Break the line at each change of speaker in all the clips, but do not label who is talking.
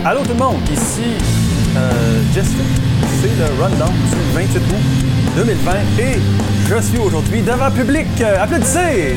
Allô tout le monde, ici Jessica, c'est le Rundown du 28 août 2020 et je suis aujourd'hui devant public. Applaudissez!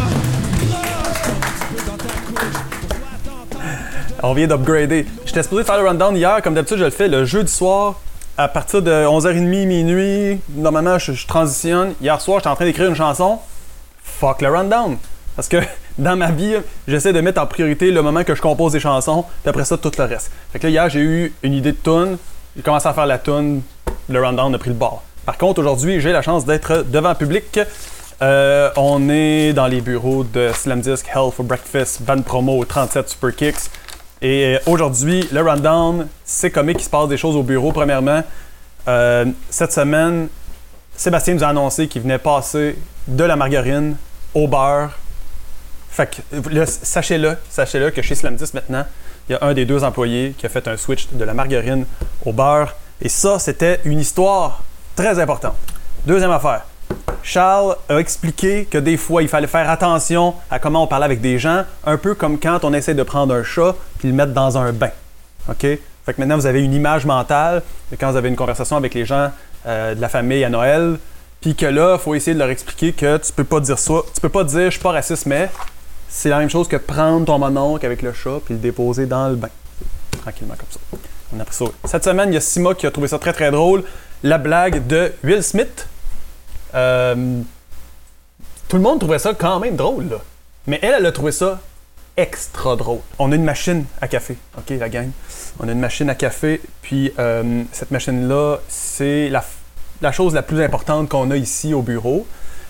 On vient d'upgrader. J'étais supposé faire le Rundown hier, comme d'habitude je le fais le jeudi soir à partir de 11h30, minuit. Normalement je transitionne. Hier soir j'étais en train d'écrire une chanson. Fuck le Rundown! Parce que dans ma vie, j'essaie de mettre en priorité le moment que je compose des chansons, puis après ça, tout le reste. Fait que là, hier, j'ai eu une idée de tune, j'ai commencé à faire la tune, le rundown a pris le bord. Par contre, aujourd'hui, j'ai la chance d'être devant public. On est dans les bureaux de Slam Disc, Hell for Breakfast, Van Promo, 37 Super Kicks. Et aujourd'hui, le rundown, c'est comique qu'il se passe des choses au bureau. Premièrement, cette semaine, Sébastien nous a annoncé qu'il venait passer de la margarine au beurre. Fait que sachez-le que chez Slam Disc maintenant, il y a un des deux employés qui a fait un switch de la margarine au beurre. Et ça, c'était une histoire très importante. Deuxième affaire. Charles a expliqué que des fois, il fallait faire attention à comment on parlait avec des gens, un peu comme quand on essaie de prendre un chat puis le mettre dans un bain. OK? Fait que maintenant, vous avez une image mentale de quand vous avez une conversation avec les gens de la famille à Noël, puis que là, il faut essayer de leur expliquer que tu peux pas dire ça. Tu peux pas dire « je suis pas raciste, mais… » C'est la même chose que prendre ton mononcle avec le chat puis le déposer dans le bain. Tranquillement comme ça. On a pris ça. Cette semaine, il y a Sima qui a trouvé ça très très drôle. La blague de Will Smith. Tout le monde trouvait ça quand même drôle, là. Mais elle a trouvé ça extra drôle. On a une machine à café. OK, la gang? On a une machine à café. Puis cette machine-là, c'est la chose la plus importante qu'on a ici au bureau.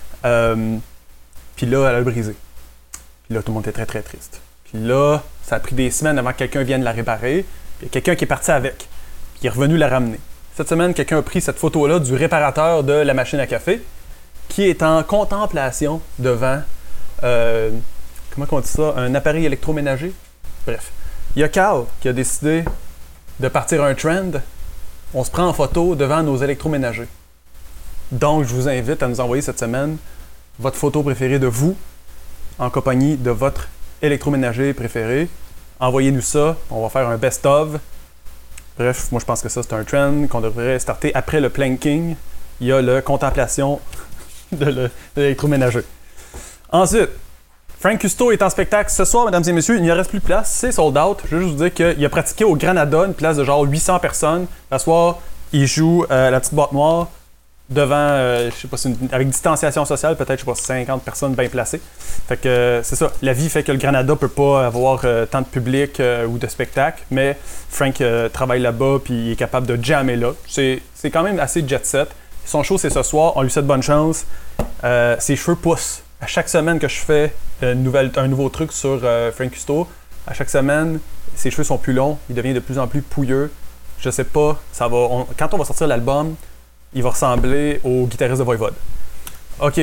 Puis là, elle a brisé. Puis là, tout le monde était très, très triste. Puis là, ça a pris des semaines avant que quelqu'un vienne la réparer. Puis il y a quelqu'un qui est parti avec. Puis il est revenu la ramener. Cette semaine, quelqu'un a pris cette photo-là du réparateur de la machine à café qui est en contemplation devant, comment on dit ça, un appareil électroménager. Bref. Il y a Carl qui a décidé de partir un trend. On se prend en photo devant nos électroménagers. Donc, je vous invite à nous envoyer cette semaine votre photo préférée de vous en compagnie de votre électroménager préféré. Envoyez-nous ça, on va faire un best-of. Bref, moi je pense que ça c'est un trend qu'on devrait starter après le planking. Il y a la contemplation de l'électroménager. Ensuite, Frank Custo est en spectacle ce soir, mesdames et messieurs. Il n'y reste plus de place, c'est sold out. Je veux juste vous dire qu'il a pratiqué au Granada, une place de genre 800 personnes. Ce soir, il joue la petite boîte noire devant, je sais pas, avec distanciation sociale, peut-être, je sais pas, 50 personnes bien placées. Fait que c'est ça. La vie fait que le Granada peut pas avoir tant de public ou de spectacle, mais Frank travaille là-bas puis il est capable de jammer là. C'est quand même assez jet set. Son show, c'est ce soir. On lui souhaite bonne chance. Ses cheveux poussent. À chaque semaine que je fais un nouveau truc sur Frank Custo, à chaque semaine, ses cheveux sont plus longs. Il devient de plus en plus pouilleux. Je sais pas, quand on va sortir l'album, il va ressembler au guitariste de Voivode. OK.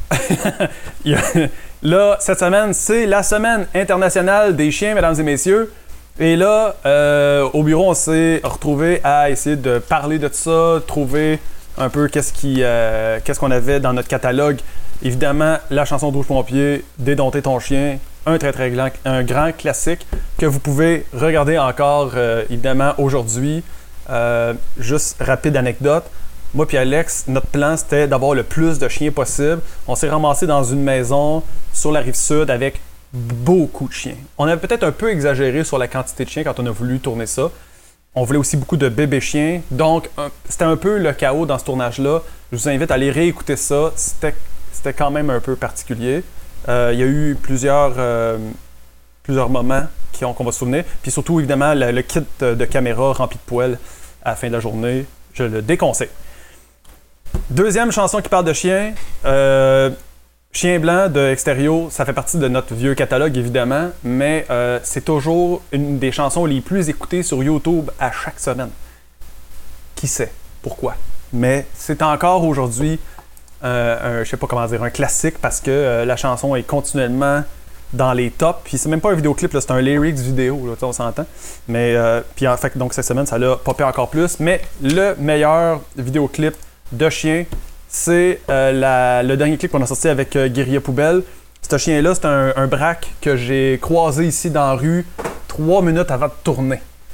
Là, cette semaine, c'est la semaine internationale des chiens, mesdames et messieurs. Et là, au bureau, on s'est retrouvés à essayer de parler de ça, trouver un peu qu'est-ce qu'on avait dans notre catalogue. Évidemment, la chanson de Rouge Pompier, Dédompter ton chien, un grand classique que vous pouvez regarder encore, évidemment, aujourd'hui. Juste rapide anecdote. Moi puis Alex, notre plan, c'était d'avoir le plus de chiens possible. On s'est ramassé dans une maison sur la Rive-Sud avec beaucoup de chiens. On avait peut-être un peu exagéré sur la quantité de chiens quand on a voulu tourner ça. On voulait aussi beaucoup de bébés chiens. Donc, c'était un peu le chaos dans ce tournage-là. Je vous invite à aller réécouter ça. C'était quand même un peu particulier. Il y a eu plusieurs moments qu'on va se souvenir. Puis surtout, évidemment, le kit de caméra rempli de poêles à la fin de la journée. Je le déconseille. Deuxième chanson qui parle de chien, Chien blanc de Extérieur, ça fait partie de notre vieux catalogue évidemment, mais c'est toujours une des chansons les plus écoutées sur YouTube à chaque semaine. Qui sait pourquoi? Mais c'est encore aujourd'hui, je sais pas comment dire, un classique parce que la chanson est continuellement dans les tops. Puis c'est même pas un vidéoclip, là, c'est un lyrics vidéo, là, on s'entend. Mais puis en fait, donc cette semaine, ça l'a popé encore plus. Mais le meilleur vidéoclip de chien, c'est le dernier clip qu'on a sorti avec Guérilla Poubelle. Ce chien-là, c'est un braque que j'ai croisé ici dans la rue 3 minutes avant de tourner.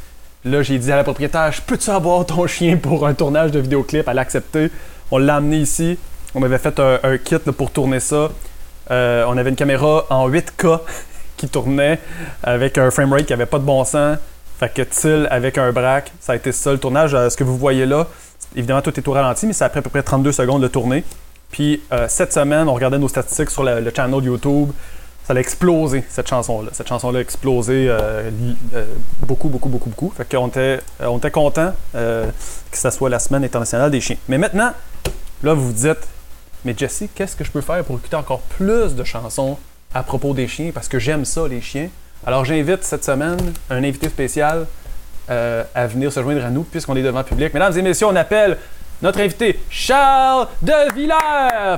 Là, j'ai dit à la propriétaire, je peux-tu avoir ton chien pour un tournage de vidéoclip? Elle a accepté. On l'a amené ici. On m'avait fait un kit là, pour tourner ça. On avait une caméra en 8K qui tournait avec un framerate qui avait pas de bon sens. Fait que Till avec un braque, ça a été ça le tournage. Ce que vous voyez là, évidemment tout est au ralenti, mais ça a pris à peu près 32 secondes de tourner. Puis cette semaine, on regardait nos statistiques sur le channel YouTube. Ça a explosé, cette chanson-là. Cette chanson-là a explosé beaucoup. Fait qu'on était contents que ça soit la semaine internationale des chiens. Mais maintenant, là, vous vous dites, mais Jesse, qu'est-ce que je peux faire pour écouter encore plus de chansons à propos des chiens? Parce que j'aime ça, les chiens. Alors, j'invite cette semaine un invité spécial à venir se joindre à nous, puisqu'on est devant le public. Mesdames et messieurs, on appelle notre invité, Charles de Villers!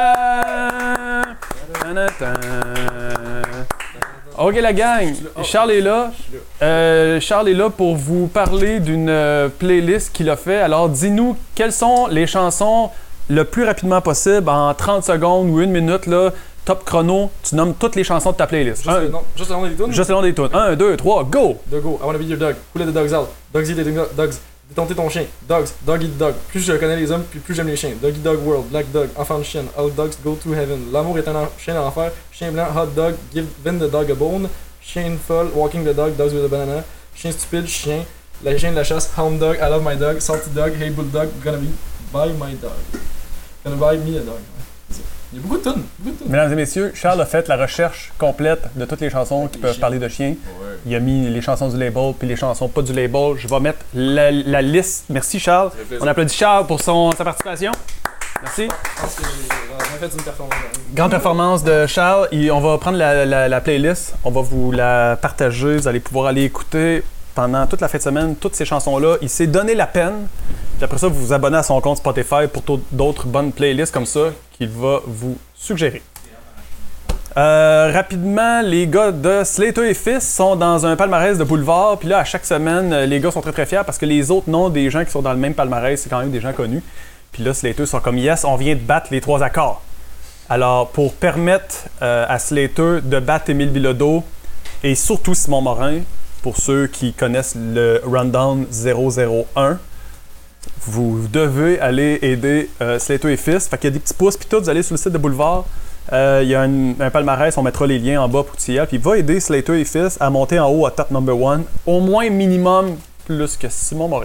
Ok, la gang, Charles est là. Charles est là pour vous parler d'une playlist qu'il a fait. Alors, dis-nous, quelles sont les chansons le plus rapidement possible, en 30 secondes ou 1 minute, là, top chrono, tu nommes toutes les chansons de ta playlist.
Juste le nom des tunes?
Juste le nom des tunes. 1, 2, 3, go!
Go. I wanna be your dog. Who let the dogs out? Dogs eat the dogs. Détenter ton chien. Dogs. Dog eat dog. Plus je connais les hommes, plus j'aime les chiens. Doggy dog world. Black dog. Enfant de chien. All dogs go to heaven. L'amour est un chien en enfer. Chien blanc. Hot dog. Give the dog a bone. Chien folle. Walking the dog. Dogs with a banana. Chien stupide. Chien. La chienne de la chasse. Hound dog. I love my dog. Salty dog. Hey bulldog. Gonna be buy my dog. Gonna buy me a dog. Il y a beaucoup de tunes.
Mesdames et messieurs, Charles a fait la recherche complète de toutes les chansons qui peuvent parler de chiens.
Ouais.
Il a mis les chansons du label puis les chansons pas du label. Je vais mettre la liste. Merci Charles. On applaudit Charles pour sa participation. Merci.
Je pense que j'ai fait une performance.
Grande performance de Charles. On va prendre la playlist. On va vous la partager. Vous allez pouvoir aller écouter pendant toute la fin de semaine toutes ces chansons-là. Il s'est donné la peine. Puis après ça, vous vous abonnez à son compte Spotify pour d'autres bonnes playlists comme ça qu'il va vous suggérer. Rapidement, les gars de Slater et Fils sont dans un palmarès de boulevard. Puis là, à chaque semaine, les gars sont très fiers parce que les autres noms des gens qui sont dans le même palmarès, c'est quand même des gens connus. Puis là, Slater sont comme yes, on vient de battre les 3 accords. Alors, pour permettre à Slater de battre Émile Bilodeau et surtout Simon Morin, pour ceux qui connaissent le Rundown 001, vous devez aller aider Slater et Fils. Fait qu'il y a des petits pouces, puis tout, vous allez sur le site de Boulevard. Il y a un palmarès, on mettra les liens en bas pour que tu y ailles. Puis va aider Slater et Fils à monter en haut à top number 1, au moins minimum plus que Simon Morin.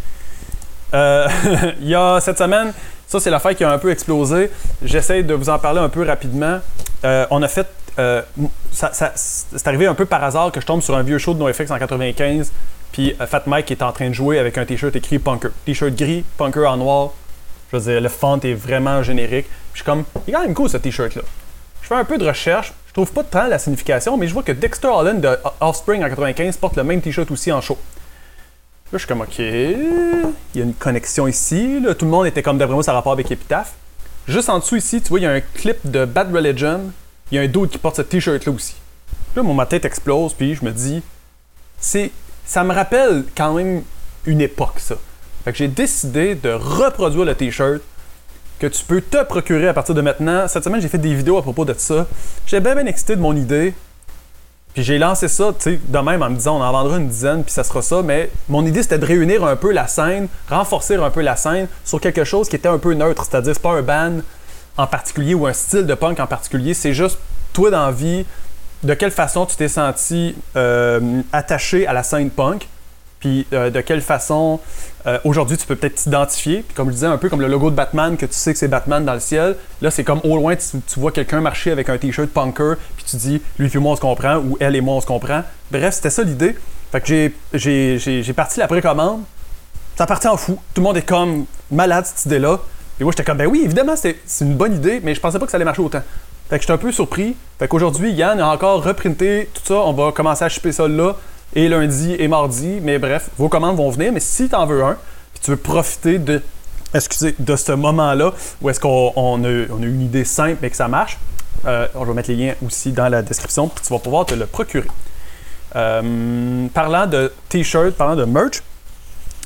Il y a cette semaine, ça c'est l'affaire qui a un peu explosé. J'essaie de vous en parler un peu rapidement. On a fait. C'est arrivé un peu par hasard que je tombe sur un vieux show de NoFX en 95. Puis Fat Mike est en train de jouer avec un t-shirt écrit Punker. T-shirt gris, Punker en noir. Je veux dire, le font est vraiment générique. Puis je suis comme, il est quand même cool ce t-shirt-là. Je fais un peu de recherche. Je trouve pas tant la signification, mais je vois que Dexter Holland de Offspring en 95 porte le même t-shirt aussi en show. Là, je suis comme, OK, il y a une connexion ici. Là, tout le monde était comme, d'après moi, ça a rapport avec Epitaph. Juste en dessous ici, tu vois, il y a un clip de Bad Religion. Il y a un dude qui porte ce t-shirt-là aussi. Là, ma tête explose, puis je me dis, ça me rappelle quand même une époque, ça. Fait que j'ai décidé de reproduire le t-shirt que tu peux te procurer à partir de maintenant. Cette semaine, j'ai fait des vidéos à propos de ça. J'étais bien excité de mon idée. Puis j'ai lancé ça, tu sais, de même en me disant on en vendra une dizaine, puis ça sera ça. Mais mon idée, c'était de réunir un peu la scène, renforcer un peu la scène sur quelque chose qui était un peu neutre. C'est-à-dire, c'est pas un band en particulier ou un style de punk en particulier. C'est juste, toi, dans la vie, de quelle façon tu t'es senti attaché à la scène punk. Puis de quelle façon, aujourd'hui, tu peux peut-être t'identifier. Puis comme je disais, un peu comme le logo de Batman, que tu sais que c'est Batman dans le ciel. Là, c'est comme au loin, tu vois quelqu'un marcher avec un t-shirt punker, puis tu dis, lui et moi, on se comprend, ou elle et moi, on se comprend. Bref, c'était ça l'idée. Fait que j'ai parti la précommande. Ça partit en fou. Tout le monde est comme malade, cette idée-là. Et moi, j'étais comme, ben oui, évidemment, c'est une bonne idée, mais je pensais pas que ça allait marcher autant. Fait que j'étais un peu surpris. Fait qu'aujourd'hui, Yann a encore reprinté tout ça. On va commencer à shipper ça là. Et lundi et mardi, mais bref, vos commandes vont venir, mais si tu en veux un, puis tu veux profiter de ce moment-là, où est-ce qu'on a une idée simple mais que ça marche, je vais mettre les liens aussi dans la description, puis tu vas pouvoir te le procurer. Parlant de t-shirt, parlant de merch,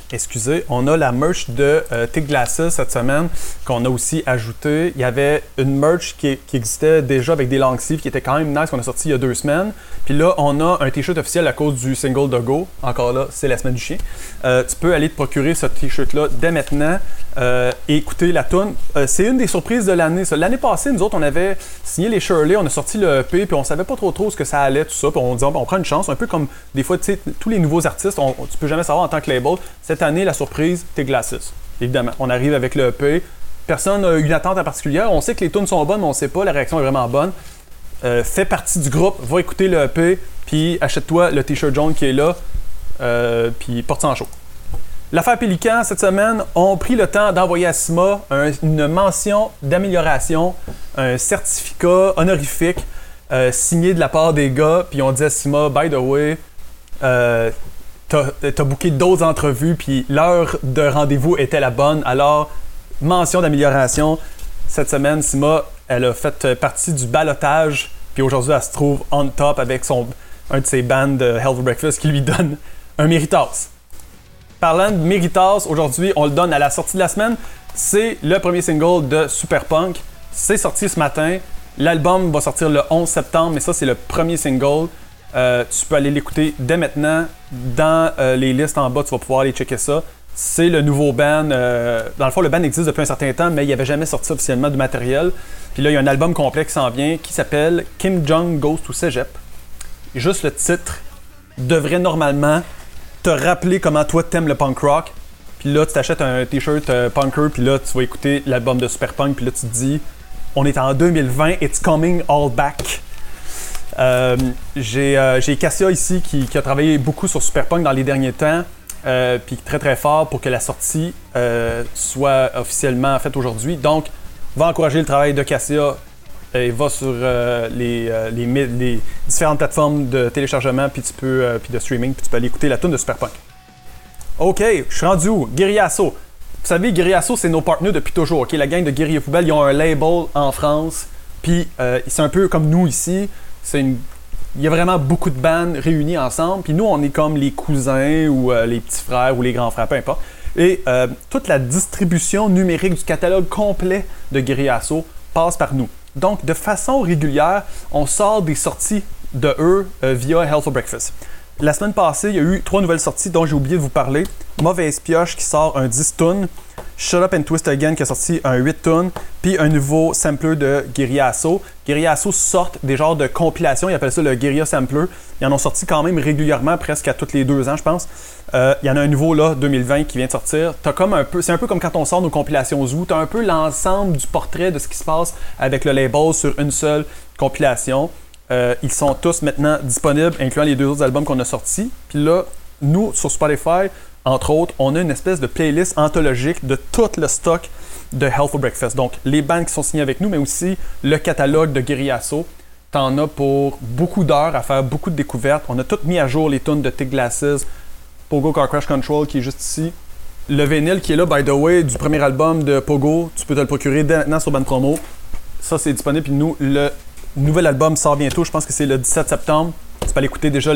excusez, on a la merch de Tig Glasses cette semaine qu'on a aussi ajouté. Il y avait une merch qui existait déjà avec des long sleeves qui était quand même nice, qu'on a sorti il y a 2 semaines. Puis là, on a un t-shirt officiel à cause du single de Go. Encore là, c'est la semaine du chien. Tu peux aller te procurer ce t-shirt-là dès maintenant et écouter la toune. C'est une des surprises de l'année. L'année passée, nous autres, on avait signé les Shirley, on a sorti le EP, puis on savait pas trop ce que ça allait, tout ça. Puis on disait, on prend une chance, un peu comme des fois, tu sais, tous les nouveaux artistes, tu peux jamais savoir en tant que label. Cette année, la surprise, Tig Glasses. Évidemment, on arrive avec le EP. Personne n'a une attente en particulier. On sait que les tunes sont bonnes, mais on sait pas, la réaction est vraiment bonne. Fais partie du groupe, va écouter le EP, puis achète-toi le t-shirt jaune qui est là, puis porte ça en show. L'affaire Pélican, cette semaine, ont pris le temps d'envoyer à Sima une mention d'amélioration, un certificat honorifique signé de la part des gars, puis on dit à Sima, by the way, t'as booké d'autres entrevues, puis l'heure de rendez-vous était la bonne, alors mention d'amélioration. Cette semaine, Sima, elle a fait partie du ballottage, puis aujourd'hui, elle se trouve on top avec un de ses bands de Hell for Breakfast qui lui donne un Méritas. Parlant de Méritas, aujourd'hui, on le donne à la sortie de la semaine. C'est le premier single de Superpunk. C'est sorti ce matin. L'album va sortir le 11 septembre, mais ça, c'est le premier single. Tu peux aller l'écouter dès maintenant. Dans les listes en bas, tu vas pouvoir aller checker ça. C'est le nouveau band. Dans le fond, le band existe depuis un certain temps, mais il n'avait jamais sorti officiellement du matériel. Puis là, il y a un album complet qui s'en vient qui s'appelle Kim Jong Goes to Cégep. Juste le titre devrait normalement te rappeler comment toi t'aimes le punk rock. Puis là, tu t'achètes un t-shirt punker, puis là, tu vas écouter l'album de Superpunk, puis là, tu te dis, on est en 2020, it's coming all back. J'ai Cassia ici qui a travaillé beaucoup sur Superpunk dans les derniers temps, puis très très fort pour que la sortie soit officiellement faite aujourd'hui. Donc, va encourager le travail de Cassia et va sur les différentes plateformes de téléchargement puis de streaming, puis tu peux aller écouter la tune de Superpunk. OK, je suis rendu où? Guerrillasso. Vous savez, Guerrillasso, c'est nos partenaires depuis toujours. OK, la gang de Guerilla Poubelle, ils ont un label en France, puis c'est un peu comme nous ici. Il y a vraiment beaucoup de bandes réunies ensemble, puis nous, on est comme les cousins ou les petits frères ou les grands frères, peu importe. Et toute la distribution numérique du catalogue complet de Guerrillasso passe par nous. Donc, de façon régulière, on sort des sorties de eux via Hell for Breakfast. La semaine passée, il y a eu 3 nouvelles sorties dont j'ai oublié de vous parler. Mauvaise Pioche qui sort un 10 tunes, Shut Up and Twist Again qui a sorti un 8 tunes, puis un nouveau sampler de Guerrillasso. Guerrillasso sortent des genres de compilations, ils appellent ça le Guerilla Sampler. Ils en ont sorti quand même régulièrement, presque à tous les 2 ans, je pense. Il y en a un nouveau là, 2020, qui vient de sortir. C'est un peu comme quand on sort nos compilations Zoo, tu as un peu l'ensemble du portrait de ce qui se passe avec le label sur une seule compilation. Ils sont tous maintenant disponibles, incluant les 2 autres albums qu'on a sortis. Puis là, nous, sur Spotify, entre autres, on a une espèce de playlist anthologique de tout le stock de Hell for Breakfast. Donc, les bands qui sont signés avec nous, mais aussi le catalogue de Guerrillasso. T'en as pour beaucoup d'heures à faire beaucoup de découvertes. On a tout mis à jour les tunes de Tig Glasses, Pogo Car Crash Control qui est juste ici. Le vinyle qui est là, by the way, du premier album de Pogo, tu peux te le procurer dès maintenant sur Band Promo. Ça, c'est disponible. Puis nous, le nouvel album sort bientôt. Je pense que c'est le 17 septembre. Tu peux aller écouter déjà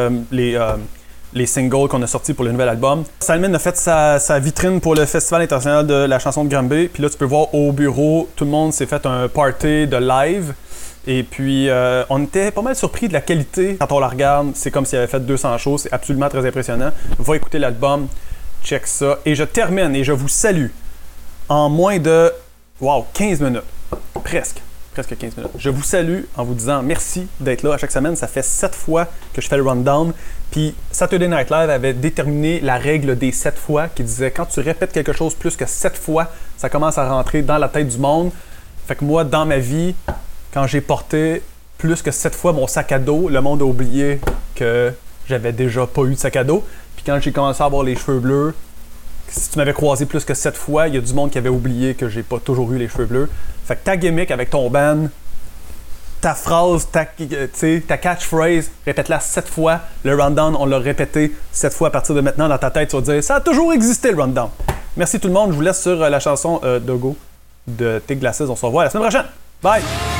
les singles qu'on a sortis pour le nouvel album. Salman a fait sa vitrine pour le Festival international de la chanson de Granby. Puis là, tu peux voir au bureau, tout le monde s'est fait un party de live. Et puis, on était pas mal surpris de la qualité. Quand on la regarde, c'est comme s'il avait fait 200 shows. C'est absolument très impressionnant. Va écouter l'album, check ça. Et je termine et je vous salue en moins de 15 minutes. Presque 15 minutes. Je vous salue en vous disant merci d'être là à chaque semaine. Ça fait 7 fois que je fais le rundown. Puis Saturday Night Live avait déterminé la règle des 7 fois qui disait quand tu répètes quelque chose plus que 7 fois, ça commence à rentrer dans la tête du monde. Fait que moi, dans ma vie, quand j'ai porté plus que 7 fois mon sac à dos, le monde a oublié que j'avais déjà pas eu de sac à dos. Puis quand j'ai commencé à avoir les cheveux bleus, si tu m'avais croisé plus que 7 fois, il y a du monde qui avait oublié que j'ai pas toujours eu les cheveux bleus. Fait que ta gimmick avec ton band, ta phrase, ta catchphrase, répète-la 7 fois. Le rundown, on l'a répété 7 fois à partir de maintenant dans ta tête. Tu vas dire, ça a toujours existé le rundown. Merci tout le monde. Je vous laisse sur la chanson Dogo de Tig Glasses. On se revoit la semaine prochaine. Bye!